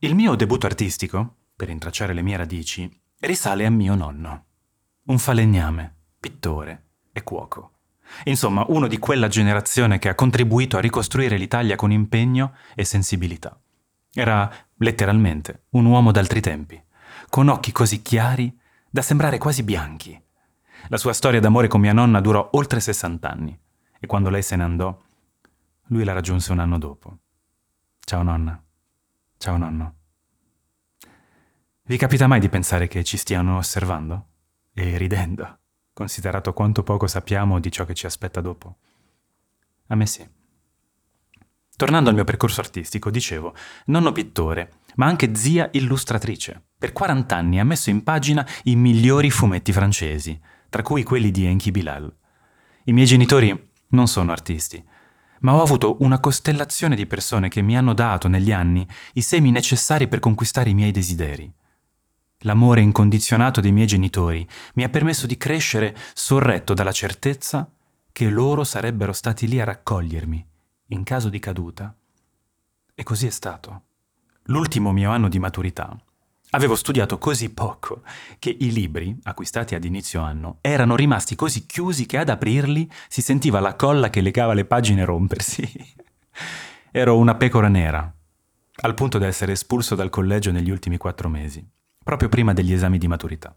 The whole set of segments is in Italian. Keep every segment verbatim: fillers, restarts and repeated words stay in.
Il mio debutto artistico, per intracciare le mie radici, risale a mio nonno. Un falegname, pittore e cuoco. Insomma, uno di quella generazione che ha contribuito a ricostruire l'Italia con impegno e sensibilità. Era, letteralmente, un uomo d'altri tempi, con occhi così chiari da sembrare quasi bianchi. La sua storia d'amore con mia nonna durò oltre sessanta anni e quando lei se ne andò, lui la raggiunse un anno dopo. Ciao nonna. Ciao nonno. Vi capita mai di pensare che ci stiano osservando? E ridendo, considerato quanto poco sappiamo di ciò che ci aspetta dopo? A me sì. Tornando al mio percorso artistico, dicevo, nonno pittore, ma anche zia illustratrice. Per quaranta anni ha messo in pagina i migliori fumetti francesi, tra cui quelli di Enki Bilal. I miei genitori non sono artisti, ma ho avuto una costellazione di persone che mi hanno dato negli anni i semi necessari per conquistare i miei desideri. L'amore incondizionato dei miei genitori mi ha permesso di crescere sorretto dalla certezza che loro sarebbero stati lì a raccogliermi in caso di caduta. E così è stato. L'ultimo mio anno di maturità avevo studiato così poco che i libri, acquistati ad inizio anno, erano rimasti così chiusi che ad aprirli si sentiva la colla che legava le pagine rompersi. Ero una pecora nera, al punto da essere espulso dal collegio negli ultimi quattro mesi, proprio prima degli esami di maturità.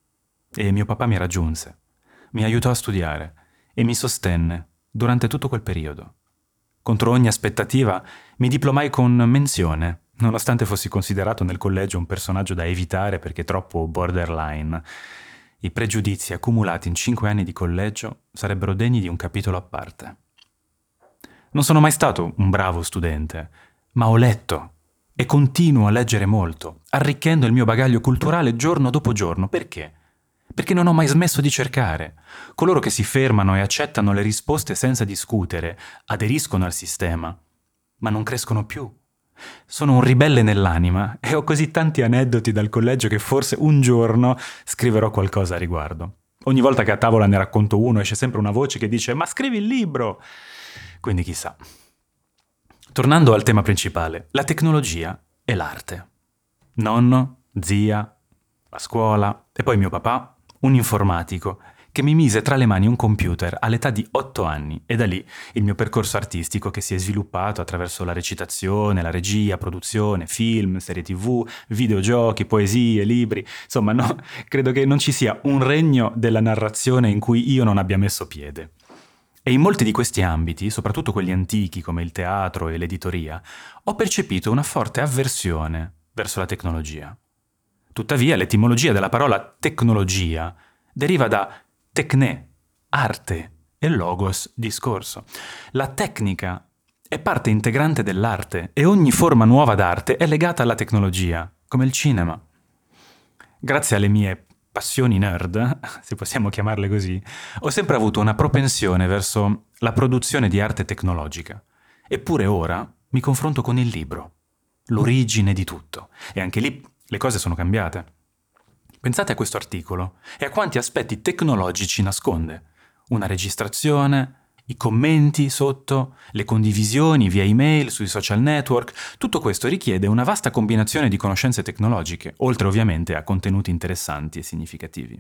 E mio papà mi raggiunse, mi aiutò a studiare e mi sostenne durante tutto quel periodo. Contro ogni aspettativa mi diplomai con menzione, nonostante fossi considerato nel collegio un personaggio da evitare perché troppo borderline. I pregiudizi accumulati in cinque anni di collegio sarebbero degni di un capitolo a parte. Non sono mai stato un bravo studente, ma ho letto e continuo a leggere molto, arricchendo il mio bagaglio culturale giorno dopo giorno. Perché? Perché non ho mai smesso di cercare. Coloro che si fermano e accettano le risposte senza discutere aderiscono al sistema, ma non crescono più. Sono un ribelle nell'anima e ho così tanti aneddoti dal collegio che forse un giorno scriverò qualcosa a riguardo. Ogni volta che a tavola ne racconto uno esce sempre una voce che dice «Ma scrivi il libro!» Quindi chissà. Tornando al tema principale, la tecnologia e l'arte. Nonno, zia, la scuola e poi mio papà, un informatico, che mi mise tra le mani un computer all'età di otto anni e da lì il mio percorso artistico che si è sviluppato attraverso la recitazione, la regia, produzione, film, serie tv, videogiochi, poesie, libri. Insomma, no, credo che non ci sia un regno della narrazione in cui io non abbia messo piede. E in molti di questi ambiti, soprattutto quelli antichi come il teatro e l'editoria, ho percepito una forte avversione verso la tecnologia. Tuttavia, l'etimologia della parola tecnologia deriva da tecne, arte, e logos, discorso. La tecnica è parte integrante dell'arte e ogni forma nuova d'arte è legata alla tecnologia, come il cinema. Grazie alle mie passioni nerd, se possiamo chiamarle così, ho sempre avuto una propensione verso la produzione di arte tecnologica. Eppure ora mi confronto con il libro, l'origine di tutto, e anche lì le cose sono cambiate. Pensate a questo articolo e a quanti aspetti tecnologici nasconde. Una registrazione, i commenti sotto, le condivisioni via email sui social network. Tutto questo richiede una vasta combinazione di conoscenze tecnologiche, oltre ovviamente a contenuti interessanti e significativi.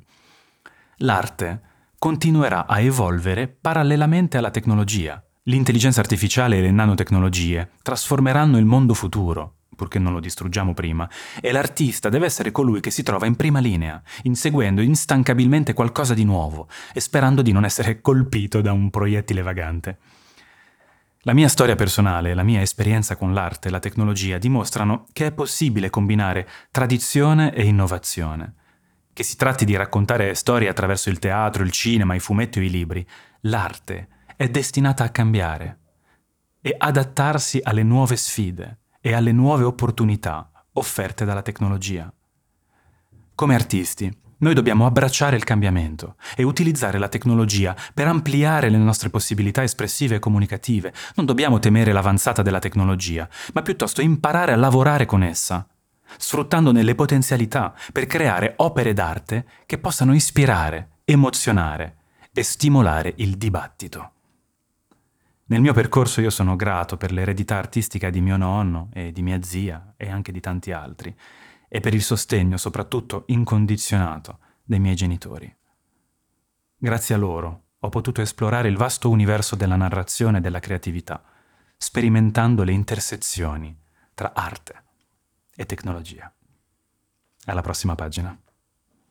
L'arte continuerà a evolvere parallelamente alla tecnologia. L'intelligenza artificiale e le nanotecnologie trasformeranno il mondo futuro, purché non lo distruggiamo prima, e l'artista deve essere colui che si trova in prima linea, inseguendo instancabilmente qualcosa di nuovo e sperando di non essere colpito da un proiettile vagante. La mia storia personale, la mia esperienza con l'arte e la tecnologia dimostrano che è possibile combinare tradizione e innovazione. Che si tratti di raccontare storie attraverso il teatro, il cinema, i fumetti o i libri, l'arte è destinata a cambiare e adattarsi alle nuove sfide e alle nuove opportunità offerte dalla tecnologia. Come artisti, noi dobbiamo abbracciare il cambiamento e utilizzare la tecnologia per ampliare le nostre possibilità espressive e comunicative. Non dobbiamo temere l'avanzata della tecnologia, ma piuttosto imparare a lavorare con essa, sfruttandone le potenzialità per creare opere d'arte che possano ispirare, emozionare e stimolare il dibattito. Nel mio percorso io sono grato per l'eredità artistica di mio nonno e di mia zia e anche di tanti altri, e per il sostegno, soprattutto incondizionato, dei miei genitori. Grazie a loro ho potuto esplorare il vasto universo della narrazione e della creatività, sperimentando le intersezioni tra arte e tecnologia. Alla prossima pagina.